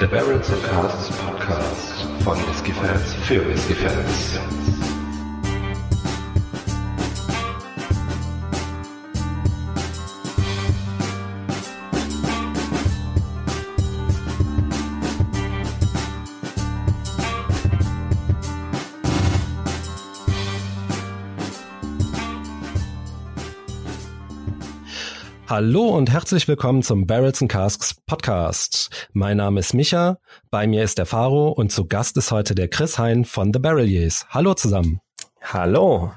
Der Barrels & Casts Podcast von Whisky-Fans für Whisky-Fans. Hallo und herzlich willkommen zum Barrels & Casks Podcast. Mein Name ist Micha, bei mir ist der Faro und zu Gast ist heute der Chris Hein von The Barreliers. Hallo zusammen. Hallo.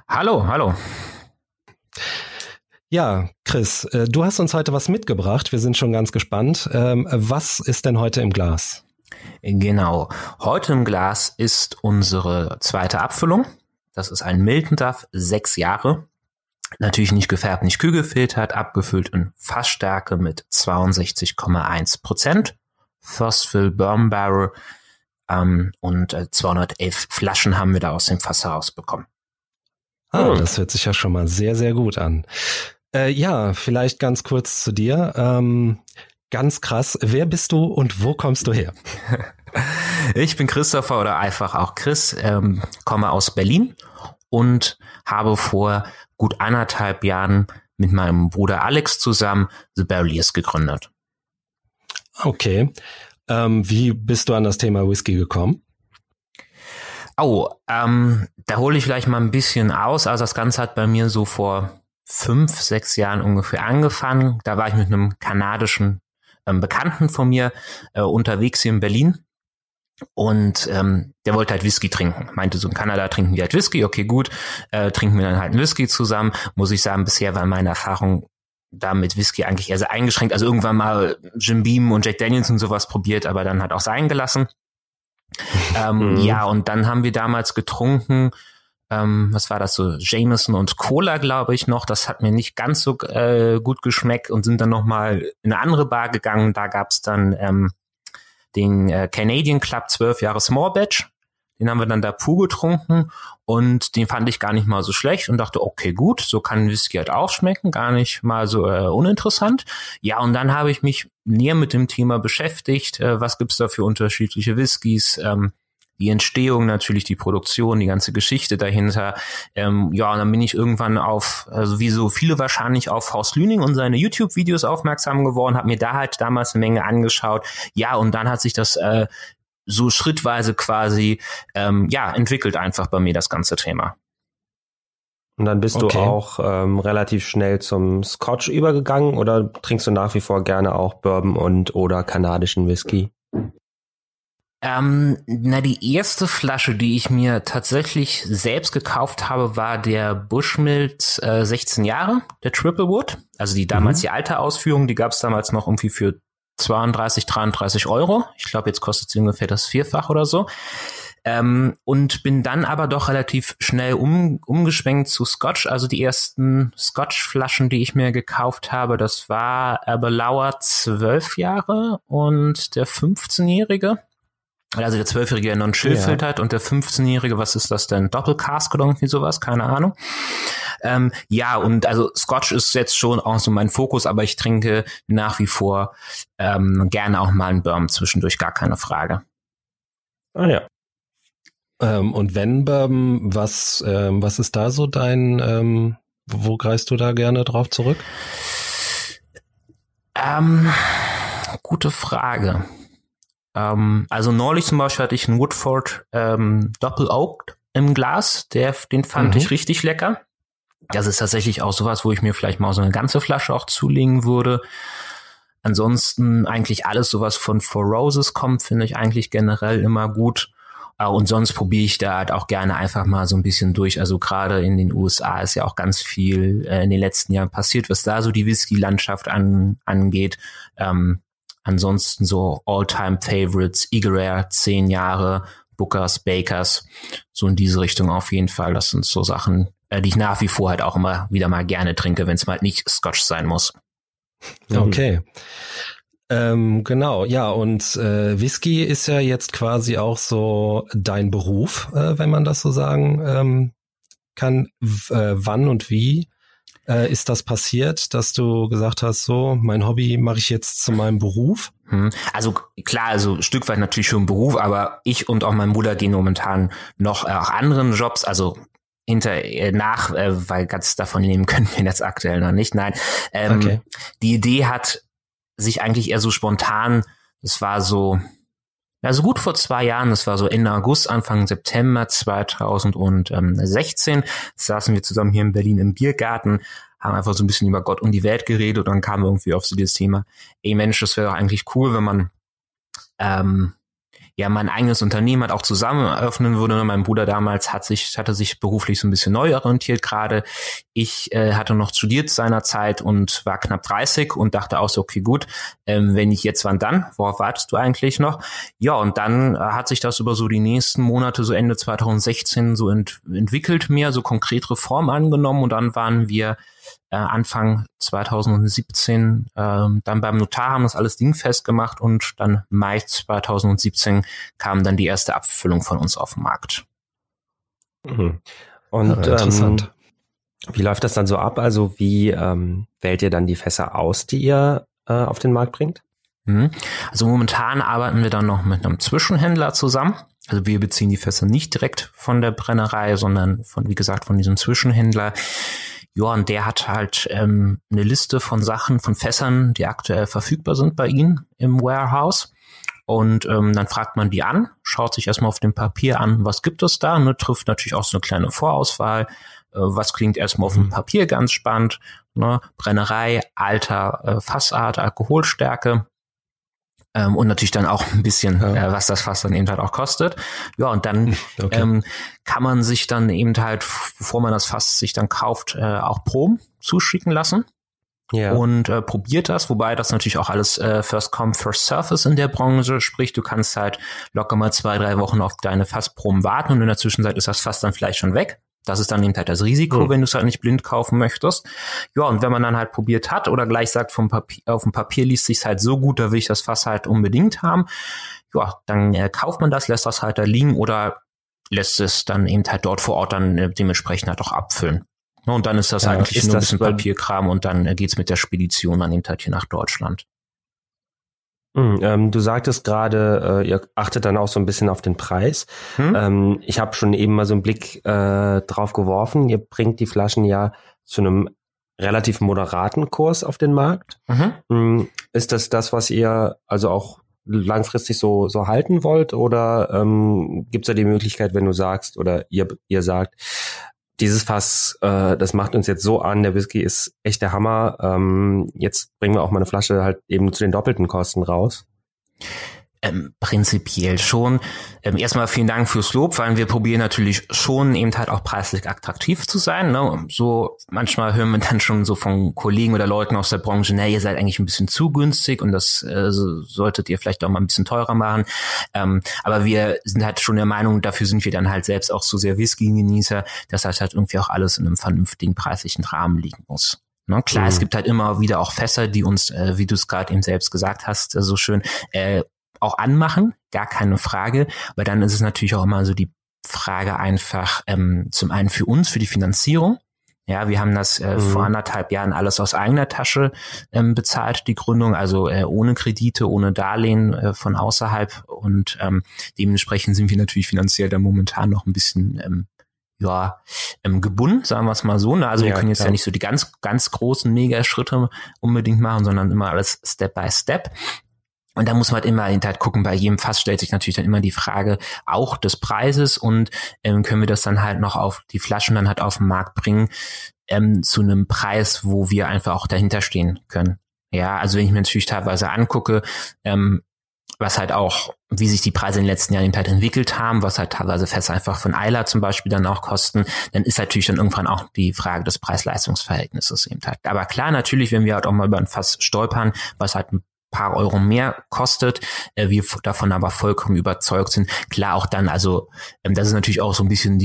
Ja, Chris, du hast uns heute was mitgebracht. Wir sind schon ganz gespannt. Was ist denn heute im Glas? Genau. Heute im Glas ist unsere zweite Abfüllung. Das ist ein Milton Duff, 6 Jahre. Natürlich nicht gefärbt, nicht kühl gefiltert, abgefüllt in Fassstärke mit 62,1%. First Fill Bourbon Barrel und 211 Flaschen haben wir da aus dem Fass herausbekommen. Das hört sich ja schon mal sehr, sehr gut an. Ja, vielleicht ganz kurz zu dir. Ganz krass, wer bist du und wo kommst du her? Ich bin Christopher oder einfach auch Chris, komme aus Berlin und habe vor gut 1,5 Jahren mit meinem Bruder Alex zusammen The Barreliers gegründet. Okay. Wie bist du an das Thema Whisky gekommen? Da hole ich gleich mal ein bisschen aus. Also das Ganze hat bei mir so vor 5-6 Jahren ungefähr angefangen. Da war ich mit einem kanadischen Bekannten von mir unterwegs hier in Berlin. Und der wollte halt Whisky trinken. Meinte, so in Kanada trinken wir halt Whisky. Okay, gut, trinken wir dann halt einen Whisky zusammen. Muss ich sagen, bisher war meine Erfahrung da mit Whisky eigentlich eher sehr eingeschränkt. Also irgendwann mal Jim Beam und Jack Daniels und sowas probiert, aber dann halt auch sein gelassen. Ja, und dann haben wir damals getrunken, was war das so, Jameson und Cola, glaube ich noch. Das hat mir nicht ganz so gut geschmeckt und sind dann nochmal in eine andere Bar gegangen. Da gab's dann den Canadian Club 12 Jahre Small Batch. Den haben wir dann da pur getrunken und den fand ich gar nicht mal so schlecht und dachte, okay, gut, so kann Whisky halt auch schmecken, gar nicht mal so uninteressant. Ja, und dann habe ich mich näher mit dem Thema beschäftigt. Was gibt's da für unterschiedliche Whiskys? Die Entstehung natürlich, die Produktion, die ganze Geschichte dahinter. Ja, und dann bin ich irgendwann also wie so viele wahrscheinlich, auf Horst Lüning und seine YouTube-Videos aufmerksam geworden, habe mir da halt damals eine Menge angeschaut. Ja, und dann hat sich das so schrittweise quasi entwickelt einfach bei mir das ganze Thema. Und dann bist du auch relativ schnell zum Scotch übergegangen oder trinkst du nach wie vor gerne auch Bourbon oder kanadischen Whisky? Die erste Flasche, die ich mir tatsächlich selbst gekauft habe, war der Bushmills 16 Jahre, der Triple Wood. Also die damals die alte Ausführung, die gab es damals noch irgendwie für 32, 33 Euro. Ich glaube, jetzt kostet sie ungefähr das 4-fach oder so. Und bin dann aber doch relativ schnell umgeschwenkt zu Scotch. Also die ersten Scotch-Flaschen, die ich mir gekauft habe, das war Aberlour 12 Jahre und der 15-Jährige. Also der 12-Jährige non-chill filtert und der 15-Jährige, was ist das denn? Doppelcask oder irgendwie sowas? Keine Ahnung. Ja, und also Scotch ist jetzt schon auch so mein Fokus, aber ich trinke nach wie vor gerne auch mal einen Bourbon zwischendurch, gar keine Frage. Ah ja. Und wenn Bourbon, was ist da so dein, wo greifst du da gerne drauf zurück? Gute Frage. Also neulich zum Beispiel hatte ich einen Woodford Doppel Oaked im Glas, den fand ich richtig lecker. Das ist tatsächlich auch sowas, wo ich mir vielleicht mal so eine ganze Flasche auch zulegen würde. Ansonsten eigentlich alles, sowas von Four Roses kommt, finde ich eigentlich generell immer gut. Und sonst probiere ich da halt auch gerne einfach mal so ein bisschen durch. Also gerade in den USA ist ja auch ganz viel in den letzten Jahren passiert, was da so die Whisky-Landschaft angeht. Ansonsten so All-Time-Favorites, Eagle Rare, 10 Jahre, Bookers, Bakers, so in diese Richtung auf jeden Fall. Das sind so Sachen, die ich nach wie vor halt auch immer wieder mal gerne trinke, wenn es mal nicht Scotch sein muss. Okay. Genau, ja, und Whisky ist ja jetzt quasi auch so dein Beruf, wenn man das so sagen kann. Wann und wie ist das passiert, dass du gesagt hast, so, mein Hobby mache ich jetzt zu meinem Beruf? Also klar, also ein Stück weit natürlich schon Beruf, aber ich und auch mein Bruder gehen momentan noch auch anderen Jobs, also weil ganz davon leben können wir jetzt aktuell noch nicht. Nein, okay. Die Idee hat sich eigentlich eher so spontan, es war so, also gut vor 2 Jahren, das war so Ende August, Anfang September 2016, saßen wir zusammen hier in Berlin im Biergarten, haben einfach so ein bisschen über Gott und die Welt geredet und dann kam irgendwie auf so dieses Thema, ey Mensch, das wäre doch eigentlich cool, wenn man mein eigenes Unternehmen halt auch zusammen eröffnen würde. Mein Bruder damals hatte sich beruflich so ein bisschen neu orientiert gerade. Ich hatte noch studiert seinerzeit und war knapp 30 und dachte auch so, okay, gut, wenn nicht jetzt, wann dann? Worauf wartest du eigentlich noch? Ja, und dann hat sich das über so die nächsten Monate, so Ende 2016 so entwickelt, mehr so konkretere Form angenommen und dann waren wir Anfang 2017 dann beim Notar, haben das alles dingfest gemacht und dann Mai 2017 kam dann die erste Abfüllung von uns auf den Markt. Und interessant. Wie läuft das dann so ab? Also wie wählt ihr dann die Fässer aus, die ihr auf den Markt bringt? Also momentan arbeiten wir dann noch mit einem Zwischenhändler zusammen. Also wir beziehen die Fässer nicht direkt von der Brennerei, sondern wie gesagt, von diesem Zwischenhändler. Ja, und der hat halt eine Liste von Sachen, von Fässern, die aktuell verfügbar sind bei ihm im Warehouse. Und dann fragt man die an, schaut sich erstmal auf dem Papier an, was gibt es da, ne, trifft natürlich auch so eine kleine Vorauswahl. Was klingt erstmal auf dem Papier ganz spannend, ne, Brennerei, Alter, Fassart, Alkoholstärke. Und natürlich dann auch ein bisschen, was das Fass dann eben halt auch kostet. Ja, und dann kann man sich dann eben halt, bevor man das Fass sich dann kauft, auch Proben zuschicken lassen. Ja. Und probiert das, wobei das natürlich auch alles First Come, First Serve ist in der Branche. Sprich, du kannst halt locker mal 2-3 Wochen auf deine Fassproben warten und in der Zwischenzeit ist das Fass dann vielleicht schon weg. Das ist dann eben halt das Risiko, wenn du es halt nicht blind kaufen möchtest. Ja, und wenn man dann halt probiert hat oder gleich sagt, auf dem Papier liest sich's halt so gut, da will ich das Fass halt unbedingt haben. Ja, dann kauft man das, lässt das halt da liegen oder lässt es dann eben halt dort vor Ort dann dementsprechend halt auch abfüllen. Und dann ist das eigentlich nur ein bisschen Papierkram und dann geht's mit der Spedition dann eben halt hier nach Deutschland. Du sagtest gerade, ihr achtet dann auch so ein bisschen auf den Preis. Ich habe schon eben mal so einen Blick drauf geworfen. Ihr bringt die Flaschen ja zu einem relativ moderaten Kurs auf den Markt. Ist das, was ihr also auch langfristig so halten wollt? Oder gibt es da die Möglichkeit, wenn du sagst oder ihr sagt, dieses Fass, das macht uns jetzt so an, der Whisky ist echt der Hammer. Jetzt bringen wir auch mal eine Flasche halt eben zu den doppelten Kosten raus. Prinzipiell schon. Erstmal vielen Dank fürs Lob, weil wir probieren natürlich schon eben halt auch preislich attraktiv zu sein. Ne? So manchmal hören wir dann schon so von Kollegen oder Leuten aus der Branche, ihr seid eigentlich ein bisschen zu günstig und das solltet ihr vielleicht auch mal ein bisschen teurer machen. Aber wir sind halt schon der Meinung, dafür sind wir dann halt selbst auch so sehr Whisky-Genießer, dass halt irgendwie auch alles in einem vernünftigen preislichen Rahmen liegen muss. Ne? Klar, es gibt halt immer wieder auch Fässer, die uns, wie du es gerade eben selbst gesagt hast, so schön auch anmachen, gar keine Frage, aber dann ist es natürlich auch immer so die Frage einfach zum einen für uns, für die Finanzierung. Ja, wir haben das vor 1,5 Jahren alles aus eigener Tasche bezahlt, die Gründung, also ohne Kredite, ohne Darlehen von außerhalb und dementsprechend sind wir natürlich finanziell da momentan noch ein bisschen gebunden, sagen wir es mal so. Ne? Also wir können jetzt ja nicht so die ganz, ganz großen Mega-Schritte unbedingt machen, sondern immer alles Step by Step. Und da muss man halt immer halt gucken, bei jedem Fass stellt sich natürlich dann immer die Frage auch des Preises und können wir das dann halt noch auf die Flaschen dann halt auf den Markt bringen zu einem Preis, wo wir einfach auch dahinter stehen können. Ja, also wenn ich mir natürlich teilweise angucke, was halt auch, wie sich die Preise in den letzten Jahren eben halt entwickelt haben, was halt teilweise Fässer einfach von Islay zum Beispiel dann auch kosten, dann ist natürlich dann irgendwann auch die Frage des Preis-Leistungs-Verhältnisses eben halt. Aber klar, natürlich, wenn wir halt auch mal über ein Fass stolpern, was halt ein paar Euro mehr kostet, wir davon aber vollkommen überzeugt sind. Klar, auch dann, also das ist natürlich auch so ein bisschen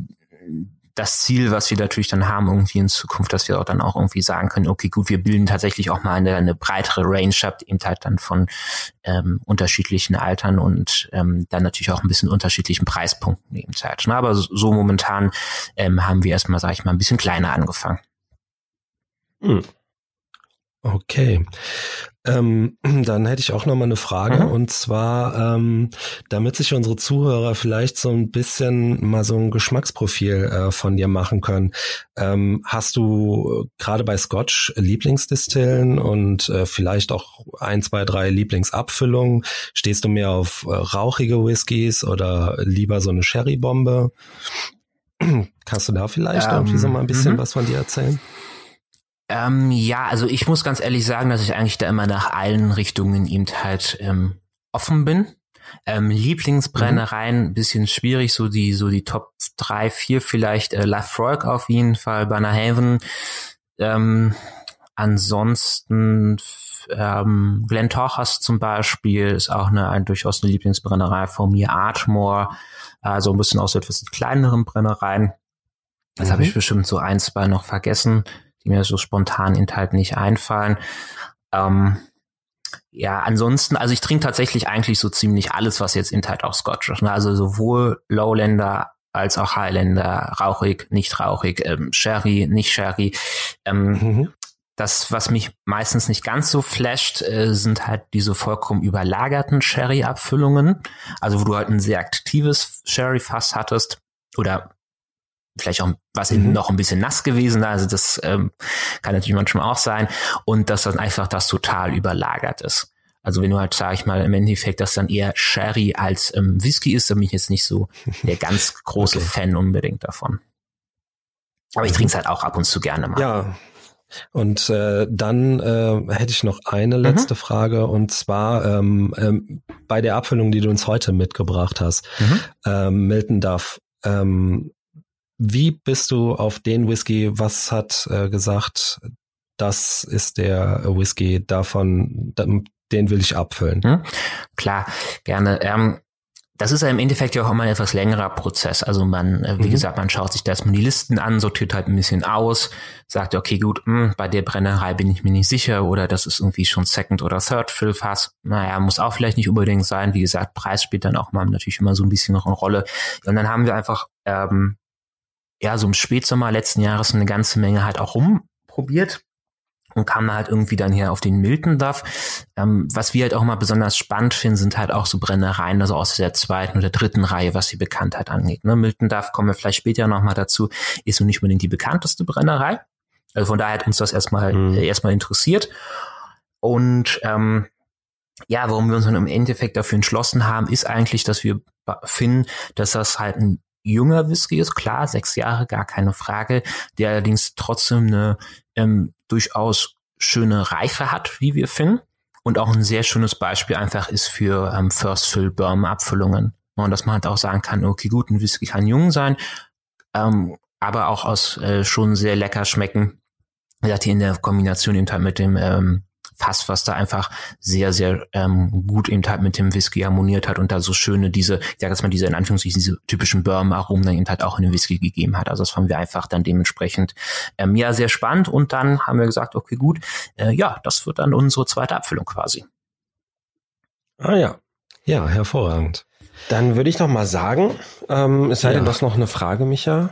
das Ziel, was wir natürlich dann haben irgendwie in Zukunft, dass wir auch dann auch irgendwie sagen können, okay, gut, wir bilden tatsächlich auch mal eine breitere Range ab, eben halt dann von unterschiedlichen Altern und dann natürlich auch ein bisschen unterschiedlichen Preispunkten eben halt. Aber so momentan haben wir erstmal, sage ich mal, ein bisschen kleiner angefangen. Okay. Dann hätte ich auch noch mal eine Frage, und zwar, damit sich unsere Zuhörer vielleicht so ein bisschen mal so ein Geschmacksprofil von dir machen können. Hast du gerade bei Scotch Lieblingsdistillen und vielleicht auch 1, 2, 3 Lieblingsabfüllungen? Stehst du mehr auf rauchige Whiskys oder lieber so eine Sherry-Bombe? Kannst du da vielleicht irgendwie so mal ein bisschen was von dir erzählen? Ja, also ich muss ganz ehrlich sagen, dass ich eigentlich da immer nach allen Richtungen eben halt offen bin. Lieblingsbrennereien, bisschen schwierig, so die Top 3, 4 vielleicht, Laphroaig auf jeden Fall, Bunnahabhain. Ansonsten Glentorchas zum Beispiel ist auch durchaus eine Lieblingsbrennerei von mir. Ardmore, also ein bisschen aus etwas kleineren Brennereien. Das habe ich bestimmt so 1, 2 noch vergessen, die mir so spontan halt nicht einfallen. Ja, ansonsten, also ich trinke tatsächlich eigentlich so ziemlich alles, was jetzt halt auch Scotch ist. Also sowohl Lowlander als auch Highlander, rauchig, nicht rauchig, Sherry, nicht Sherry. Das, was mich meistens nicht ganz so flasht, sind halt diese vollkommen überlagerten Sherry-Abfüllungen. Also wo du halt ein sehr aktives Sherry-Fass hattest oder vielleicht auch was noch ein bisschen nass gewesen, also das kann natürlich manchmal auch sein, und dass dann einfach das total überlagert ist. Also wenn du halt, sag ich mal, im Endeffekt das dann eher Sherry als Whisky ist, dann bin ich jetzt nicht so der ganz große Fan unbedingt davon. Aber ich trinke es halt auch ab und zu gerne mal. Ja, und dann hätte ich noch eine letzte Frage, und zwar bei der Abfüllung, die du uns heute mitgebracht hast, Milton Duff, wie bist du auf den Whisky, was hat gesagt, das ist der Whisky davon, den will ich abfüllen? Klar, gerne. Das ist ja im Endeffekt ja auch immer ein etwas längerer Prozess. Also man, wie gesagt, man schaut sich da erstmal die Listen an, sortiert halt ein bisschen aus, sagt, okay, gut, bei der Brennerei bin ich mir nicht sicher, oder das ist irgendwie schon Second- oder Third-Fill-Fass. Naja, muss auch vielleicht nicht unbedingt sein. Wie gesagt, Preis spielt dann auch mal natürlich immer so ein bisschen noch eine Rolle. Und dann haben wir einfach so im Spätsommer letzten Jahres eine ganze Menge halt auch rumprobiert und kam halt irgendwie dann hier auf den Milton Duff. Was wir halt auch mal besonders spannend finden, sind halt auch so Brennereien, also aus der 2. oder 3. Reihe, was die Bekanntheit angeht. Ne? Milton Duff, kommen wir vielleicht später nochmal dazu, ist so nicht unbedingt die bekannteste Brennerei. Also von daher hat uns das erstmal interessiert. Und warum wir uns dann im Endeffekt dafür entschlossen haben, ist eigentlich, dass wir finden, dass das halt ein junger Whisky ist, klar, 6 Jahre, gar keine Frage, der allerdings trotzdem eine durchaus schöne Reife hat, wie wir finden, und auch ein sehr schönes Beispiel einfach ist für First-Fill-Bourbon-Abfüllungen. Und dass man halt auch sagen kann, okay, gut, ein Whisky kann jung sein, aber auch aus schon sehr lecker schmecken. Wie gesagt, hier in der Kombination eben halt mit dem Fass, was da einfach sehr, sehr gut eben halt mit dem Whisky harmoniert hat und da so schöne diese in Anführungszeichen diese typischen Bourbon-Aromen dann eben halt auch in den Whisky gegeben hat. Also das fanden wir einfach dann dementsprechend sehr spannend, und dann haben wir gesagt, okay, gut, das wird dann unsere zweite Abfüllung quasi. Ah ja. Ja, hervorragend. Dann würde ich noch mal sagen, es sei denn, du hast noch eine Frage, Micha?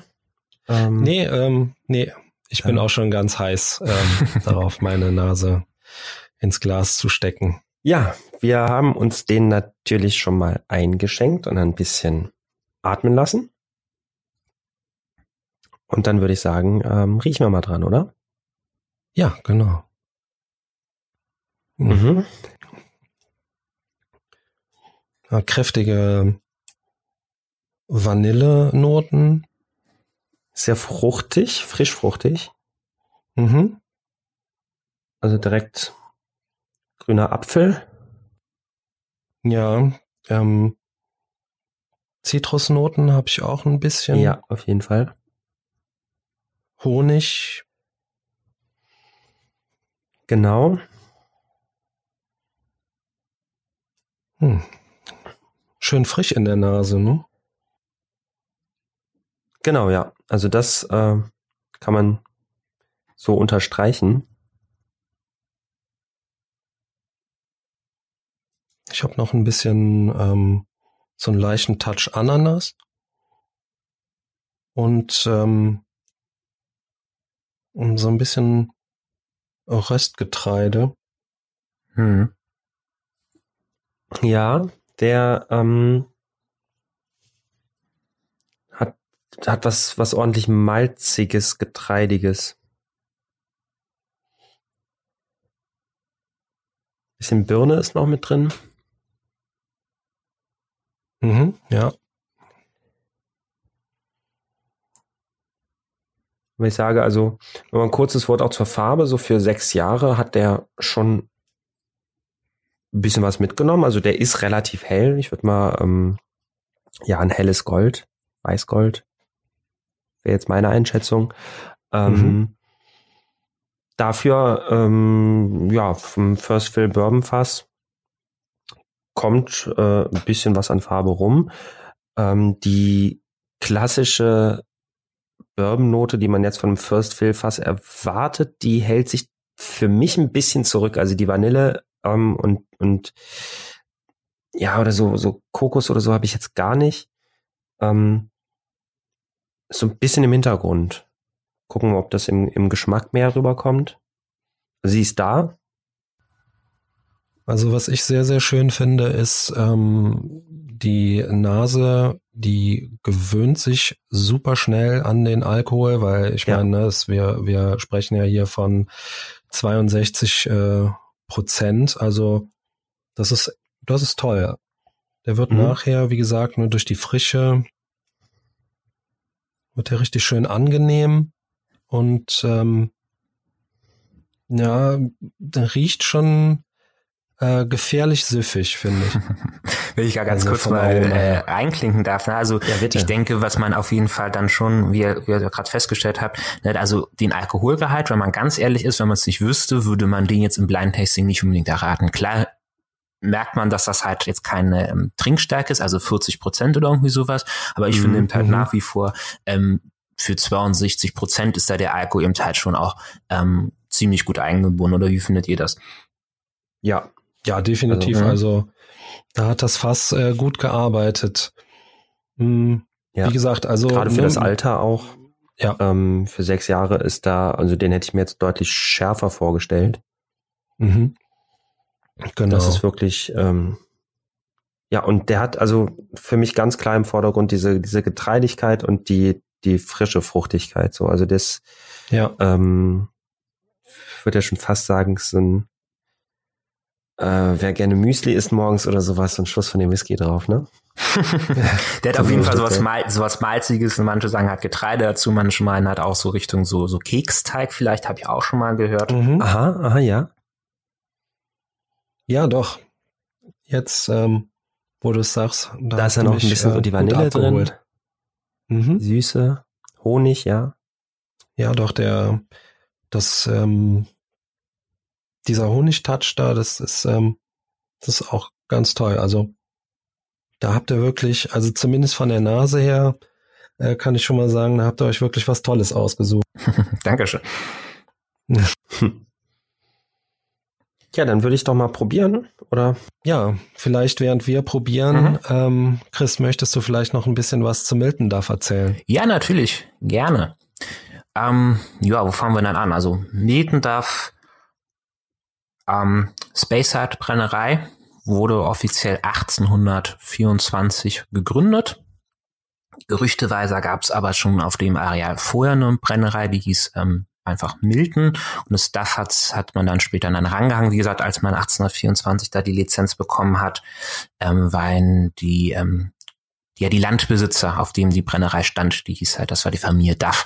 Nee, ich bin auch schon ganz heiß darauf, meine Nase ins Glas zu stecken. Ja, wir haben uns den natürlich schon mal eingeschenkt und ein bisschen atmen lassen. Und dann würde ich sagen, riechen wir mal dran, oder? Ja, genau. Ja, kräftige Vanillenoten. Sehr fruchtig, frisch fruchtig. Also direkt grüner Apfel. Ja, Zitrusnoten habe ich auch ein bisschen. Ja, auf jeden Fall. Honig. Genau. Schön frisch in der Nase, ne? Genau, ja. Also das kann man so unterstreichen. Ich habe noch ein bisschen so einen leichten Touch Ananas und so ein bisschen Röstgetreide. Ja, der hat was ordentlich malziges, getreidiges. Bisschen Birne ist noch mit drin. Ja. Wenn ich sage, also, wenn man ein kurzes Wort auch zur Farbe, so für 6 Jahre hat der schon ein bisschen was mitgenommen. Also der ist relativ hell. Ich würde mal, ein helles Gold, Weißgold, wäre jetzt meine Einschätzung. Dafür, vom First Fill Bourbon Fass kommt ein bisschen was an Farbe rum. Die klassische Bourbon-Note, die man jetzt von einem First Fill Fass erwartet, die hält sich für mich ein bisschen zurück. Also die Vanille und oder so Kokos oder so habe ich jetzt gar nicht. So ein bisschen im Hintergrund. Gucken wir, ob das im Geschmack mehr rüberkommt. Sie ist da. Also was ich sehr, sehr schön finde, ist die Nase, die gewöhnt sich super schnell an den Alkohol, weil ich meine, wir sprechen ja hier von 62%. Also das ist toll. Der wird nachher, wie gesagt, nur durch die Frische wird der richtig schön angenehm und der riecht schon gefährlich süffig, finde ich. Wenn ich gar ganz kurz mal einklinken darf. Ne? Also ich denke, was man auf jeden Fall dann schon, wie ihr gerade festgestellt habt, ne, also den Alkoholgehalt, wenn man ganz ehrlich ist, wenn man es nicht wüsste, würde man den jetzt im Blind Tasting nicht unbedingt erraten. Klar merkt man, dass das halt jetzt keine Trinkstärke ist, also 40% oder irgendwie sowas, aber ich finde halt nach wie vor für 62% ist da der Alkohol eben halt schon auch ziemlich gut eingebunden, oder wie findet ihr das? Ja, definitiv. Also da hat das Fass gut gearbeitet. Wie gesagt, also gerade für das Alter auch. Ja. Für 6 Jahre ist da, also den hätte ich mir jetzt deutlich schärfer vorgestellt. Genau. Das ist wirklich, und der hat also für mich ganz klar im Vordergrund diese Getreidigkeit und die frische Fruchtigkeit. So, also das, ich würde ja schon fast sagen, es ist ein wer gerne Müsli isst morgens oder sowas, so ein Schuss von dem Whisky drauf, ne? Der hat auf jeden Fall sowas Malziges, und manche sagen, hat Getreide dazu, manche meinen hat auch so Richtung so Keksteig, vielleicht habe ich auch schon mal gehört. Aha, ja. Ja, doch. Jetzt, wo du es sagst, da ist ja noch ein bisschen so die Vanille drin. Süße, Honig, ja. Ja, doch, dieser Honigtouch da, das ist auch ganz toll. Also da habt ihr wirklich, also zumindest von der Nase her, kann ich schon mal sagen, da habt ihr euch wirklich was Tolles ausgesucht. Dankeschön. Ja, dann würde ich doch mal probieren, oder? Ja, vielleicht während wir probieren, Chris, möchtest du vielleicht noch ein bisschen was zu Milton Duff erzählen? Ja, natürlich, gerne. Wo fangen wir dann an? Also Milton Duff, Speyside Brennerei wurde offiziell 1824 gegründet. Gerüchteweise gab es aber schon auf dem Areal vorher eine Brennerei, die hieß einfach Milton, und das Duff hat man dann später dann rangehangen, wie gesagt, als man 1824 da die Lizenz bekommen hat, weil die Landbesitzer, auf dem die Brennerei stand, die hieß halt, das war die Familie Duff.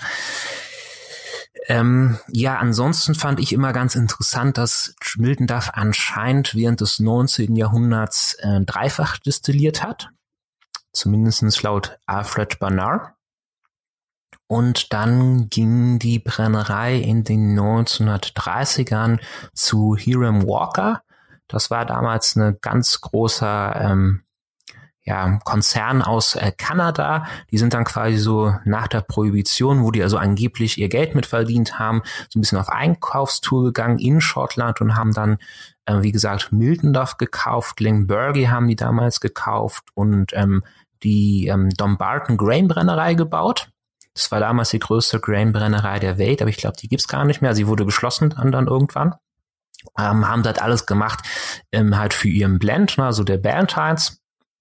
Ansonsten fand ich immer ganz interessant, dass Milton Duff anscheinend während des 19. Jahrhunderts dreifach destilliert hat. Zumindest laut Alfred Barnard. Und dann ging die Brennerei in den 1930ern zu Hiram Walker. Das war damals ein ganz großer Konzern aus Kanada. Die sind dann quasi so nach der Prohibition, wo die also angeblich ihr Geld mit verdient haben, so ein bisschen auf Einkaufstour gegangen in Schottland und haben dann, wie gesagt, Milton Duff gekauft, Glenbergie haben die damals gekauft und die Dumbarton Grain Brennerei gebaut. Das war damals die größte Grain-Brennerei der Welt, aber ich glaube, die gibt's gar nicht mehr. Sie wurde geschlossen dann irgendwann. Haben das alles gemacht, halt für ihren Blend, ne, also der Ballantines.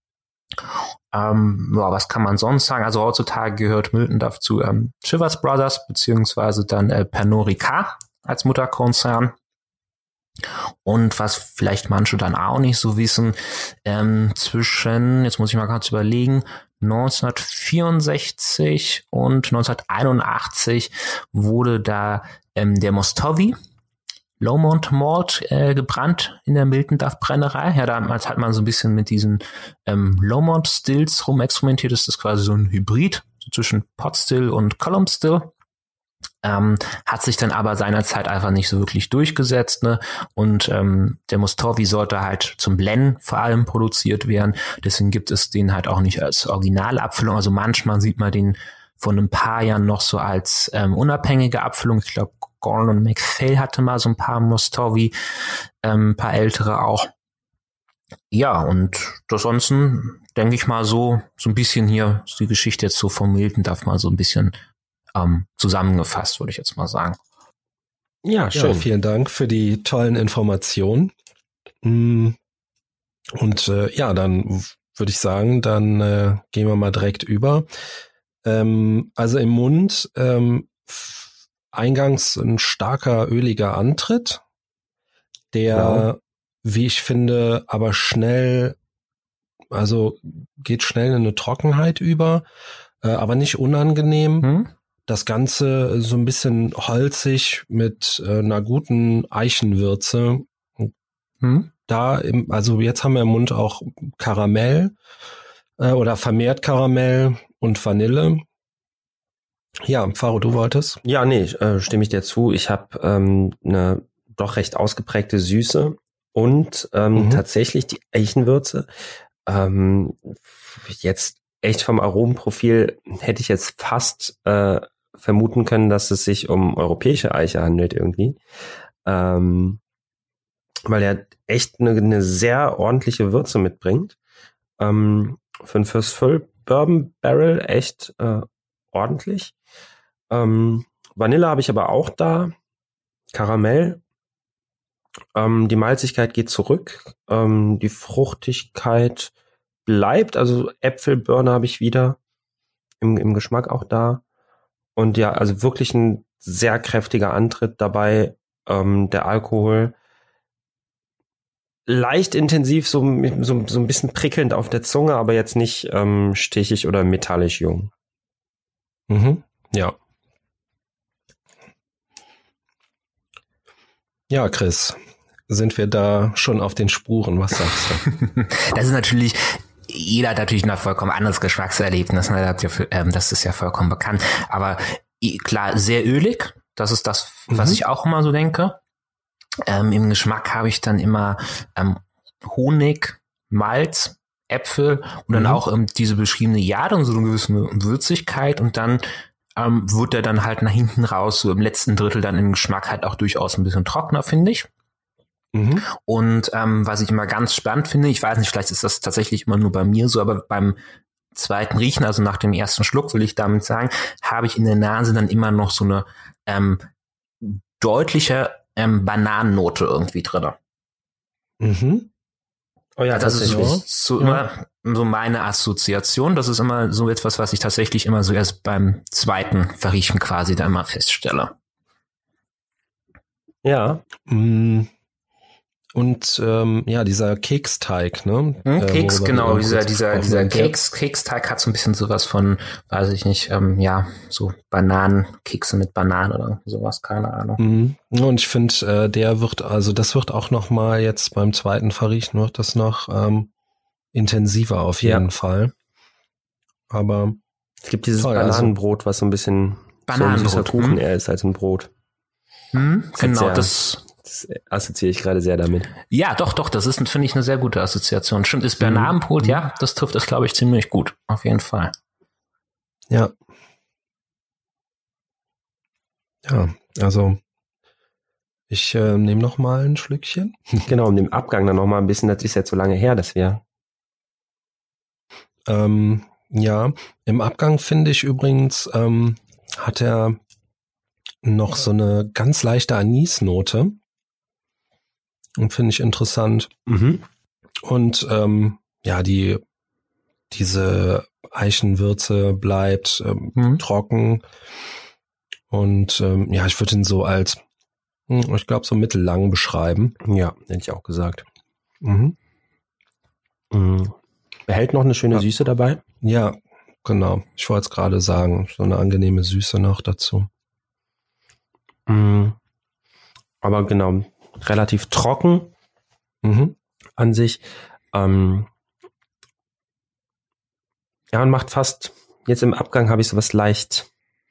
Was kann man sonst sagen? Also heutzutage gehört Milton-Duff zu Chivers Brothers, beziehungsweise dann Pernod Ricard als Mutterkonzern. Und was vielleicht manche dann auch nicht so wissen, jetzt muss ich mal ganz überlegen, 1964 und 1981 wurde da der Mostovi Lowmont Malt gebrannt in der Milton-Duff Brennerei. Ja, damals hat man so ein bisschen mit diesen Lowmont Stills rumexperimentiert. Das ist quasi so ein Hybrid zwischen Pot Still und Column Still. Hat sich dann aber seinerzeit einfach nicht so wirklich durchgesetzt, ne? Und der Mostovi sollte halt zum Blenden vor allem produziert werden. Deswegen gibt es den halt auch nicht als Originalabfüllung. Also manchmal sieht man den von ein paar Jahren noch so als unabhängige Abfüllung. Ich glaube, Gordon MacPhail hatte mal so ein paar Mostovi, ein paar ältere auch. Ja, und ansonsten denke ich mal so ein bisschen hier ist die Geschichte jetzt so vom Milton-Duff mal so ein bisschen zusammengefasst, würde ich jetzt mal sagen. Ja, schön. Ja, vielen Dank für die tollen Informationen. Und dann würde ich sagen, dann gehen wir mal direkt über. Also im Mund eingangs ein starker, öliger Antritt, der, wie ich finde, aber geht schnell in eine Trockenheit über, aber nicht unangenehm. Das Ganze so ein bisschen holzig mit einer guten Eichenwürze. Also jetzt haben wir im Mund auch Karamell oder vermehrt Karamell und Vanille. Ja, Faro, du wolltest? Ja, nee, stimme ich dir zu. Ich habe eine doch recht ausgeprägte Süße und tatsächlich die Eichenwürze. Jetzt echt vom Aromenprofil hätte ich jetzt fast vermuten können, dass es sich um europäische Eiche handelt irgendwie. Weil er echt eine sehr ordentliche Würze mitbringt. Für ein First Fill Bourbon Barrel echt ordentlich. Vanille habe ich aber auch da. Karamell. Die Malzigkeit geht zurück. Die Fruchtigkeit bleibt. Also Äpfelbirne habe ich wieder. Im Geschmack auch da. Und ja, also wirklich ein sehr kräftiger Antritt dabei. Der Alkohol leicht intensiv, so ein bisschen prickelnd auf der Zunge, aber jetzt nicht stichig oder metallisch jung. Ja. Ja, Chris, sind wir da schon auf den Spuren? Was sagst du? Das ist natürlich, jeder hat natürlich ein vollkommen anderes Geschmackserlebnis. Das ist ja vollkommen bekannt. Aber klar, sehr ölig. Das ist das, was ich auch immer so denke. Im Geschmack habe ich dann immer Honig, Malz, Äpfel und dann auch diese beschriebene Jade und so eine gewisse Würzigkeit und dann wird er dann halt nach hinten raus, so im letzten Drittel dann im Geschmack halt auch durchaus ein bisschen trockener, finde ich. Und was ich immer ganz spannend finde, ich weiß nicht, vielleicht ist das tatsächlich immer nur bei mir so, aber beim zweiten Riechen, also nach dem ersten Schluck, will ich damit sagen, habe ich in der Nase dann immer noch so eine deutliche Bananennote irgendwie drin. Oh ja, das ist so immer so meine Assoziation. Das ist immer so etwas, was ich tatsächlich immer so erst beim zweiten Verriechen quasi da immer feststelle. Ja. Und dieser Keksteig, ne? Keks, genau, dieser Keksteig hat so ein bisschen sowas von, weiß ich nicht, so Bananenkekse mit Bananen oder sowas, keine Ahnung. Und ich finde, das wird auch noch mal jetzt beim zweiten Verriechen wird das noch intensiver auf jeden Fall. Aber es gibt dieses Bananenbrot, was so ein bisschen so ein süßer Kuchen eher ist als ein Brot. Genau, das assoziiere ich gerade sehr damit. Ja, doch, das ist, finde ich, eine sehr gute Assoziation. Stimmt, ist Bananenbrot, ja, das trifft das, glaube ich, ziemlich gut. Auf jeden Fall. Ja. Ja, also ich nehme noch mal ein Schlückchen. Genau, um den Abgang dann noch mal ein bisschen, das ist jetzt so lange her, dass wir ja, im Abgang finde ich übrigens hat er noch so eine ganz leichte Anisnote. Und finde ich interessant. Mhm. Und ja, diese Eichenwürze bleibt trocken. Und ja, ich würde ihn so als, ich glaube, so mittellang beschreiben. Ja, hätte ich auch gesagt. Mhm. Behält noch eine schöne Süße dabei. Ja, genau. Ich wollte es gerade sagen, so eine angenehme Süße noch dazu. Aber genau, relativ trocken an sich. Ja, und macht fast, jetzt im Abgang habe ich sowas leicht,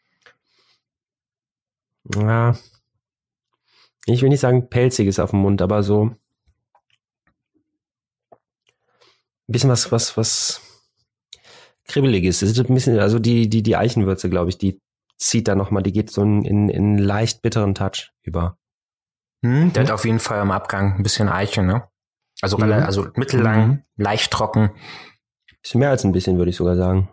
ja, ich will nicht sagen pelziges auf dem Mund, aber so ein bisschen was kribbeliges. Das ist ein bisschen, also die Eichenwürze, glaube ich, die zieht da nochmal, die geht so in leicht bitteren Touch über. Der hat auf jeden Fall im Abgang ein bisschen Eiche, ne? Also, also mittellang, leicht trocken. Bisschen mehr als ein bisschen, würde ich sogar sagen.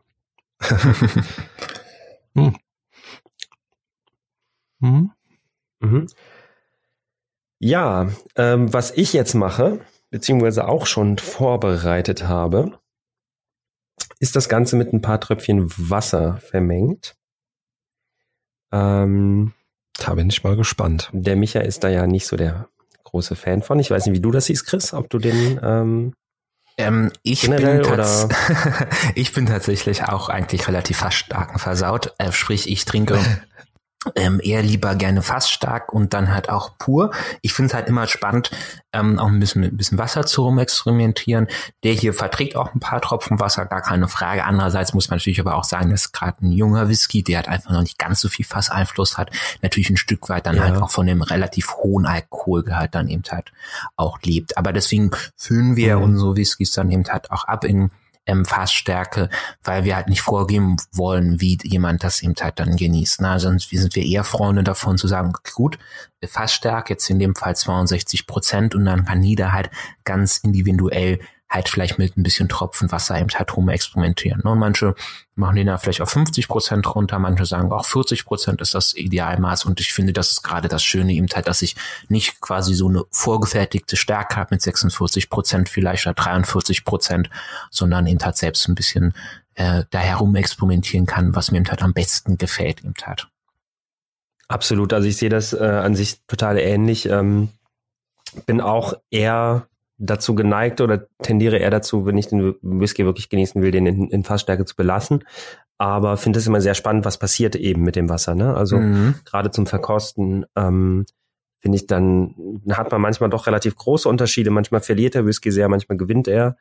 Ja, was ich jetzt mache, beziehungsweise auch schon vorbereitet habe, ist das Ganze mit ein paar Tröpfchen Wasser vermengt. Da bin ich mal gespannt. Der Micha ist da ja nicht so der große Fan von. Ich weiß nicht, wie du das siehst, Chris, ob du den ich bin tatsächlich auch eigentlich relativ fassstarken versaut. Sprich, ich trinke eher lieber gerne fassstark und dann halt auch pur. Ich finde es halt immer spannend, auch ein bisschen Wasser zu rumexperimentieren. Der hier verträgt auch ein paar Tropfen Wasser, gar keine Frage. Andererseits muss man natürlich aber auch sagen, dass gerade ein junger Whisky, der halt einfach noch nicht ganz so viel Fasseinfluss hat, natürlich ein Stück weit dann halt auch von dem relativ hohen Alkoholgehalt dann eben halt auch lebt. Aber deswegen füllen wir unsere Whiskys dann eben halt auch ab in Fassstärke, weil wir halt nicht vorgeben wollen, wie jemand das eben halt dann genießt. Na, sonst sind wir eher Freunde davon zu sagen, gut, Fassstärke, jetzt in dem Fall 62%, und dann kann jeder halt ganz individuell halt vielleicht mit ein bisschen Tropfen Wasser eben halt rumexperimentieren. Und manche machen den da vielleicht auf 50% runter, manche sagen auch 40% ist das Idealmaß, und ich finde, das ist gerade das Schöne eben halt, dass ich nicht quasi so eine vorgefertigte Stärke habe mit 46% vielleicht oder 43%, sondern eben halt selbst ein bisschen da herum experimentieren kann, was mir eben halt am besten gefällt eben halt. Absolut, also ich sehe das an sich total ähnlich. Bin auch eher dazu geneigt oder tendiere eher dazu, wenn ich den Whisky wirklich genießen will, den in Fassstärke zu belassen. Aber finde es immer sehr spannend, was passiert eben mit dem Wasser. Ne? Also gerade zum Verkosten finde ich, dann hat man manchmal doch relativ große Unterschiede. Manchmal verliert der Whisky sehr, manchmal gewinnt er.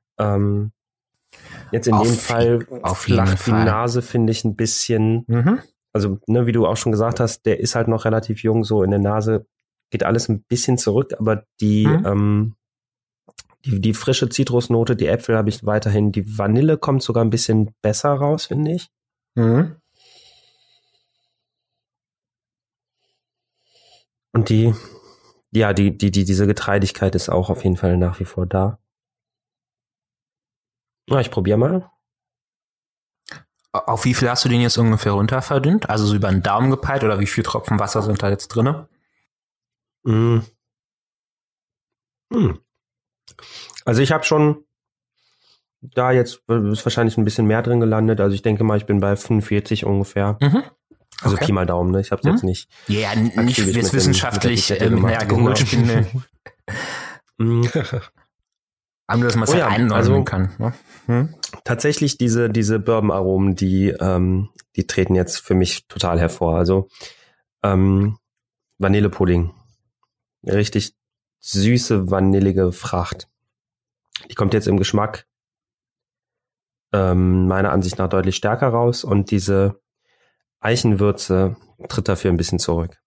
Jetzt in dem Fall flacht die Nase, finde ich, ein bisschen. Also ne, wie du auch schon gesagt hast, der ist halt noch relativ jung, so in der Nase geht alles ein bisschen zurück, aber die frische Zitrusnote, die Äpfel habe ich weiterhin. Die Vanille kommt sogar ein bisschen besser raus, finde ich. Und diese Getreidigkeit ist auch auf jeden Fall nach wie vor da. Na, ich probiere mal. Auf wie viel hast du den jetzt ungefähr runter verdünnt? Also so über den Daumen gepeilt, oder wie viel Tropfen Wasser sind da jetzt drin? Also ich habe schon da jetzt ist wahrscheinlich ein bisschen mehr drin gelandet. Also ich denke mal, ich bin bei 45 ungefähr. Also Pi mal Daumen, ne? Ich habe es jetzt nicht. Ja, nicht jetzt wissenschaftlich mit einer Alkoholspinde. Aber nur, dass man es einordnen kann. Ne? Tatsächlich diese Bourbon-Aromen, die treten jetzt für mich total hervor. Also Vanillepudding. Richtig süße, vanillige Fracht. Die kommt jetzt im Geschmack meiner Ansicht nach deutlich stärker raus, und diese Eichenwürze tritt dafür ein bisschen zurück.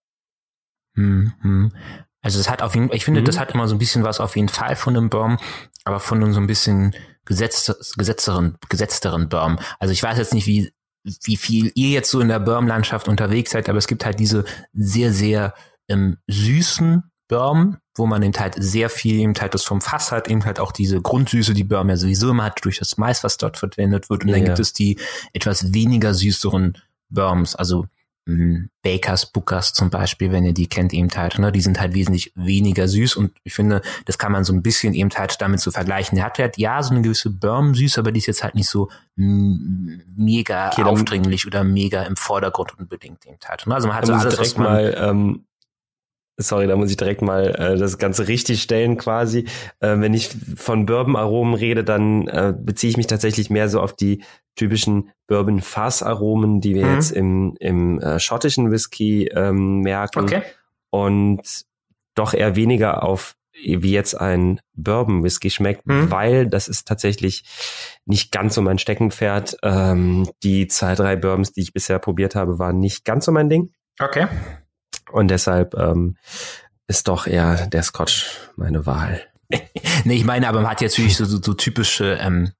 Also es hat auf jeden Fall, ich finde, das hat immer so ein bisschen was auf jeden Fall von einem Bourbon, aber von einem so ein bisschen gesetzteren Bourbon. Also ich weiß jetzt nicht, wie viel ihr jetzt so in der Bourbon-Landschaft unterwegs seid, aber es gibt halt diese sehr, sehr süßen Bourbon, wo man eben halt sehr viel eben halt das vom Fass hat, eben halt auch diese Grundsüße, die Bourbon ja sowieso immer hat, durch das Mais, was dort verwendet wird. Und dann gibt es die etwas weniger süßeren Bourbons, also Bakers, Bookers zum Beispiel, wenn ihr die kennt, eben halt, ne, die sind halt wesentlich weniger süß und ich finde, das kann man so ein bisschen eben halt damit so vergleichen. Der hat halt ja so eine gewisse Bourbon-Süße, aber die ist jetzt halt nicht so mega aufdringlich oder mega im Vordergrund unbedingt eben halt. Also man hat so alles, was man... Da muss ich direkt mal das Ganze richtig stellen quasi. Wenn ich von Bourbon-Aromen rede, dann beziehe ich mich tatsächlich mehr so auf die typischen Bourbon-Fass-Aromen, die wir jetzt im schottischen Whisky merken. Okay. Und doch eher weniger auf, wie jetzt ein Bourbon-Whisky schmeckt, weil das ist tatsächlich nicht ganz so mein Steckenpferd. Die 2, 3 Bourbons, die ich bisher probiert habe, waren nicht ganz so mein Ding. Okay. Und deshalb ist doch eher der Scotch meine Wahl. Nee, ich meine, aber man hat jetzt natürlich so typische,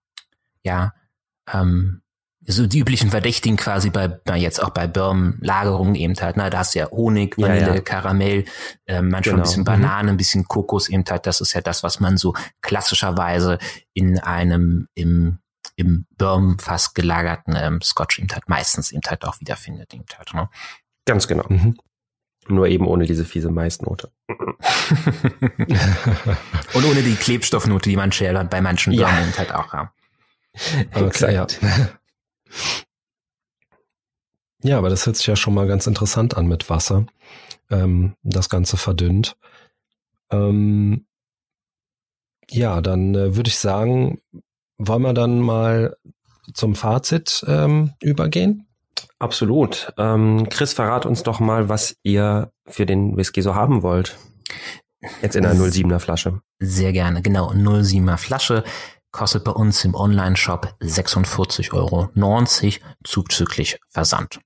so die üblichen Verdächtigen quasi jetzt auch bei Bourbon-Lagerungen eben halt. Da hast du ja Honig, Vanille, Karamell, manchmal ein bisschen Banane, ein bisschen Kokos eben halt. Das ist ja das, was man so klassischerweise in einem im Bourbon-Fass gelagerten Scotch eben halt meistens eben halt auch wiederfindet eben halt. Ne? Ganz genau. Nur eben ohne diese fiese Maisnote. Und ohne die Klebstoffnote, die man bei manchen Bourbon halt auch haben. Okay, ja. Ja, aber das hört sich ja schon mal ganz interessant an mit Wasser. Das Ganze verdünnt. Dann würde ich sagen, wollen wir dann mal zum Fazit übergehen? Absolut. Chris, verrat uns doch mal, was ihr für den Whisky so haben wollt. Jetzt in einer 07er Flasche. Sehr gerne, genau. 07er Flasche kostet bei uns im Online-Shop 46,90 € zuzüglich Versand.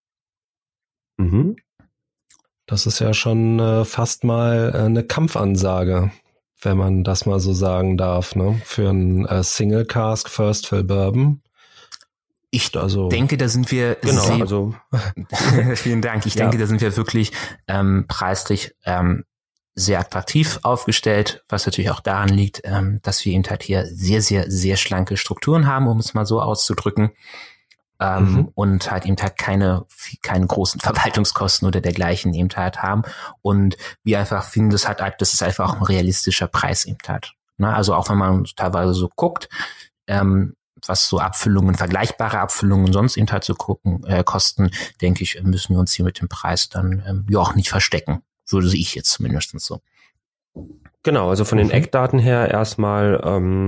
Das ist ja schon fast mal eine Kampfansage, wenn man das mal so sagen darf, ne? Für einen Single Cask First Fill Bourbon. Ich denke, da sind wir vielen Dank. Ich denke, da sind wir wirklich preislich sehr attraktiv aufgestellt, was natürlich auch daran liegt, dass wir eben halt hier sehr, sehr, sehr schlanke Strukturen haben, um es mal so auszudrücken. Und halt eben halt keine großen Verwaltungskosten oder dergleichen eben halt haben. Und wir einfach finden, das ist einfach auch ein realistischer Preis eben halt. Ne? Also auch wenn man teilweise so guckt, was so Abfüllungen, vergleichbare Abfüllungen sonst eben halt so kosten, denke ich, müssen wir uns hier mit dem Preis dann auch nicht verstecken. Würde ich jetzt zumindest so. Genau, also von den Eckdaten her erstmal,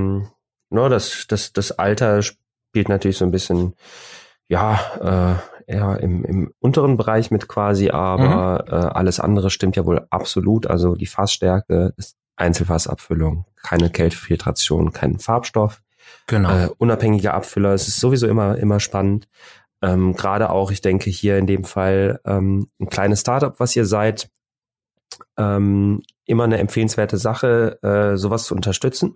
das Alter spielt natürlich so ein bisschen, eher im unteren Bereich mit quasi, aber alles andere stimmt ja wohl absolut. Also die Fassstärke ist Einzelfassabfüllung, keine Kältefiltration, kein Farbstoff. Genau. Unabhängiger Abfüller, es ist sowieso immer spannend. Gerade auch, ich denke hier in dem Fall ein kleines Startup, was ihr seid, immer eine empfehlenswerte Sache, sowas zu unterstützen.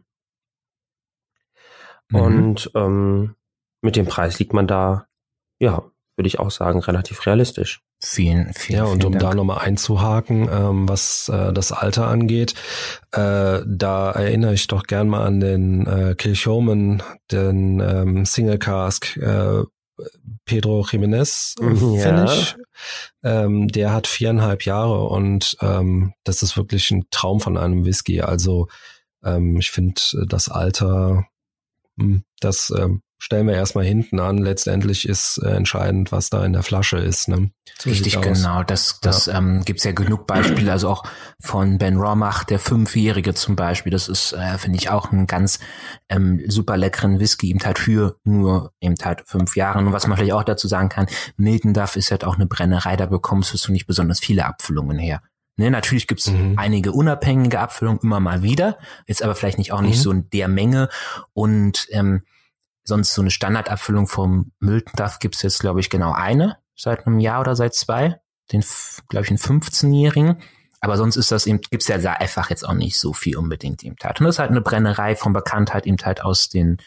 Und mit dem Preis liegt man da, würde ich auch sagen, relativ realistisch. Vielen und um Dank. da nochmal einzuhaken, was das Alter angeht, da erinnere ich doch gern mal an den Kilchoman, den Single Cask Pedro Jiménez, finde ich. Der hat 4,5 Jahre und das ist wirklich ein Traum von einem Whisky. Also ich finde das Alter, das stellen wir erstmal hinten an. Letztendlich ist entscheidend, was da in der Flasche ist. Ne? So richtig, genau. Das gibt's ja genug Beispiele. Also auch von Ben Romach, der 5-Jährige zum Beispiel. Das ist, finde ich, auch einen ganz super leckeren Whisky, eben halt für nur eben halt 5 Jahre. Und was man vielleicht auch dazu sagen kann, Milton Duff ist halt auch eine Brennerei, da bekommst du nicht besonders viele Abfüllungen her. Ne, natürlich gibt's einige unabhängige Abfüllungen immer mal wieder, jetzt aber vielleicht nicht so in der Menge. Und sonst so eine Standardabfüllung vom Milton Duff gibt's jetzt, glaube ich, genau eine, seit einem Jahr oder seit 2, den, glaube ich, einen 15-Jährigen. Aber sonst ist das eben, gibt's ja einfach jetzt auch nicht so viel unbedingt eben halt. Und das ist halt eine Brennerei von Bekanntheit eben halt aus der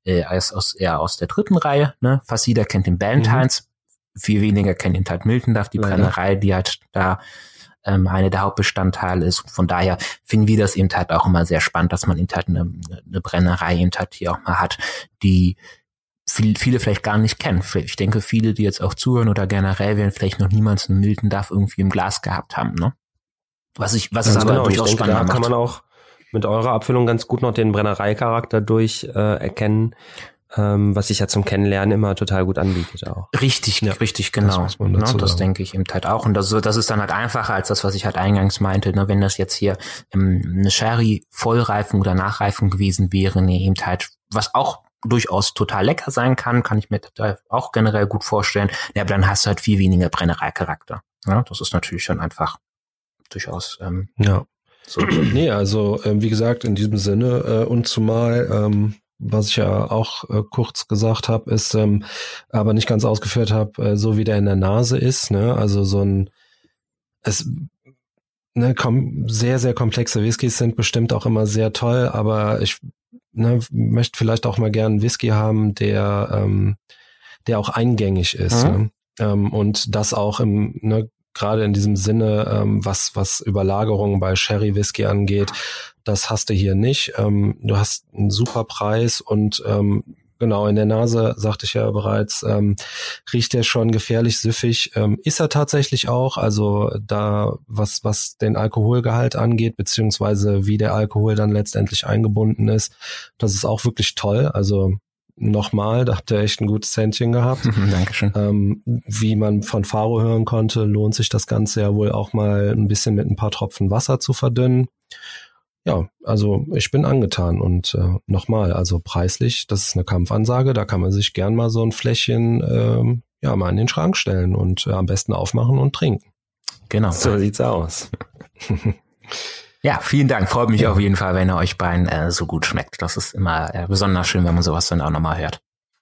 3. Reihe, ne? Fast jeder kennt den Ballantines, viel weniger kennt eben halt Milton Duff, die Brennerei, die halt da eine der Hauptbestandteile ist. Und von daher finden wir das eben halt auch immer sehr spannend, dass man eben halt eine Brennerei eben halt hier auch mal hat, die viele vielleicht gar nicht kennen. Ich denke, viele, die jetzt auch zuhören oder generell, werden vielleicht noch niemals einen Milton Duff irgendwie im Glas gehabt haben, ne? Was es aber durchaus spannend macht. Da kann man auch mit eurer Abfüllung ganz gut noch den Brennereicharakter erkennen, was sich ja zum Kennenlernen immer total gut anbietet auch. Richtig, genau. Das denke ich eben halt auch. Und das ist dann halt einfacher als das, was ich halt eingangs meinte, ne? Wenn das jetzt hier eine Sherry-Vollreifung oder Nachreifung gewesen wäre, ne, eben halt, was auch durchaus total lecker sein kann ich mir auch generell gut vorstellen. Ja, aber dann hast du halt viel weniger Brennereicharakter. Ja, das ist natürlich dann einfach durchaus so. Nee, also wie gesagt, in diesem Sinne und zumal was ich ja auch kurz gesagt habe, ist, aber nicht ganz ausgeführt habe, so wie der in der Nase ist, ne? Also sehr, sehr komplexe Whiskys sind bestimmt auch immer sehr toll, aber ich möchte vielleicht auch mal gern einen Whisky haben, der auch eingängig ist. Ne? Und das auch gerade in diesem Sinne, was Überlagerungen bei Sherry Whisky angeht, das hast du hier nicht. Du hast einen super Preis und genau, in der Nase, sagte ich ja bereits, riecht er schon gefährlich süffig. Ist er tatsächlich auch, also da, was den Alkoholgehalt angeht, beziehungsweise wie der Alkohol dann letztendlich eingebunden ist, das ist auch wirklich toll. Also nochmal, da habt ihr echt ein gutes Händchen gehabt. Dankeschön. Wie man von Faro hören konnte, lohnt sich das Ganze ja wohl auch mal ein bisschen mit ein paar Tropfen Wasser zu verdünnen. Ja, also ich bin angetan und nochmal, also preislich, das ist eine Kampfansage, da kann man sich gern mal so ein Fläschchen mal in den Schrank stellen und am besten aufmachen und trinken. Genau. So sieht's aus. Ja, vielen Dank. Freut mich auf jeden Fall, wenn er euch beiden so gut schmeckt. Das ist immer besonders schön, wenn man sowas dann auch nochmal hört.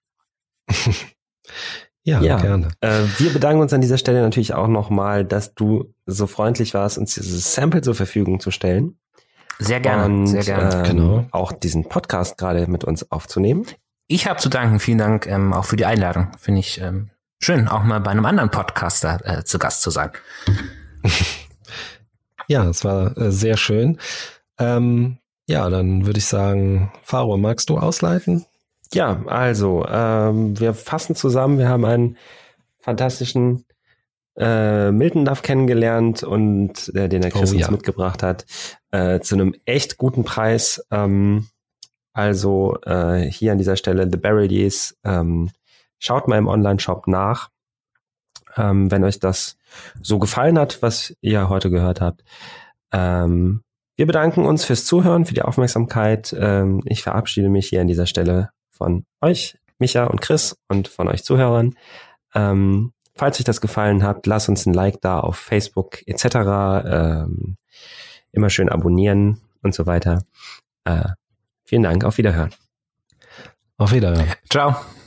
Ja, gerne. Wir bedanken uns an dieser Stelle natürlich auch nochmal, dass du so freundlich warst, uns dieses Sample zur Verfügung zu stellen. Sehr gerne, und, sehr gerne. Genau. Auch diesen Podcast gerade mit uns aufzunehmen. Ich habe zu danken. Vielen Dank auch für die Einladung. Finde ich schön, auch mal bei einem anderen Podcaster zu Gast zu sein. Ja, es war sehr schön. Dann würde ich sagen, Faro, magst du ausleiten? Ja, also wir fassen zusammen. Wir haben einen fantastischen Milton Duff kennengelernt und den der Chris uns mitgebracht hat, zu einem echt guten Preis. Also hier an dieser Stelle The Barreliers. Schaut mal im Online-Shop nach, wenn euch das so gefallen hat, was ihr heute gehört habt. Wir bedanken uns fürs Zuhören, für die Aufmerksamkeit. Ich verabschiede mich hier an dieser Stelle von euch, Micha und Chris, und von euch Zuhörern. Falls euch das gefallen hat, lasst uns ein Like da auf Facebook etc. Immer schön abonnieren und so weiter. Vielen Dank, auf Wiederhören. Auf Wiederhören. Ciao.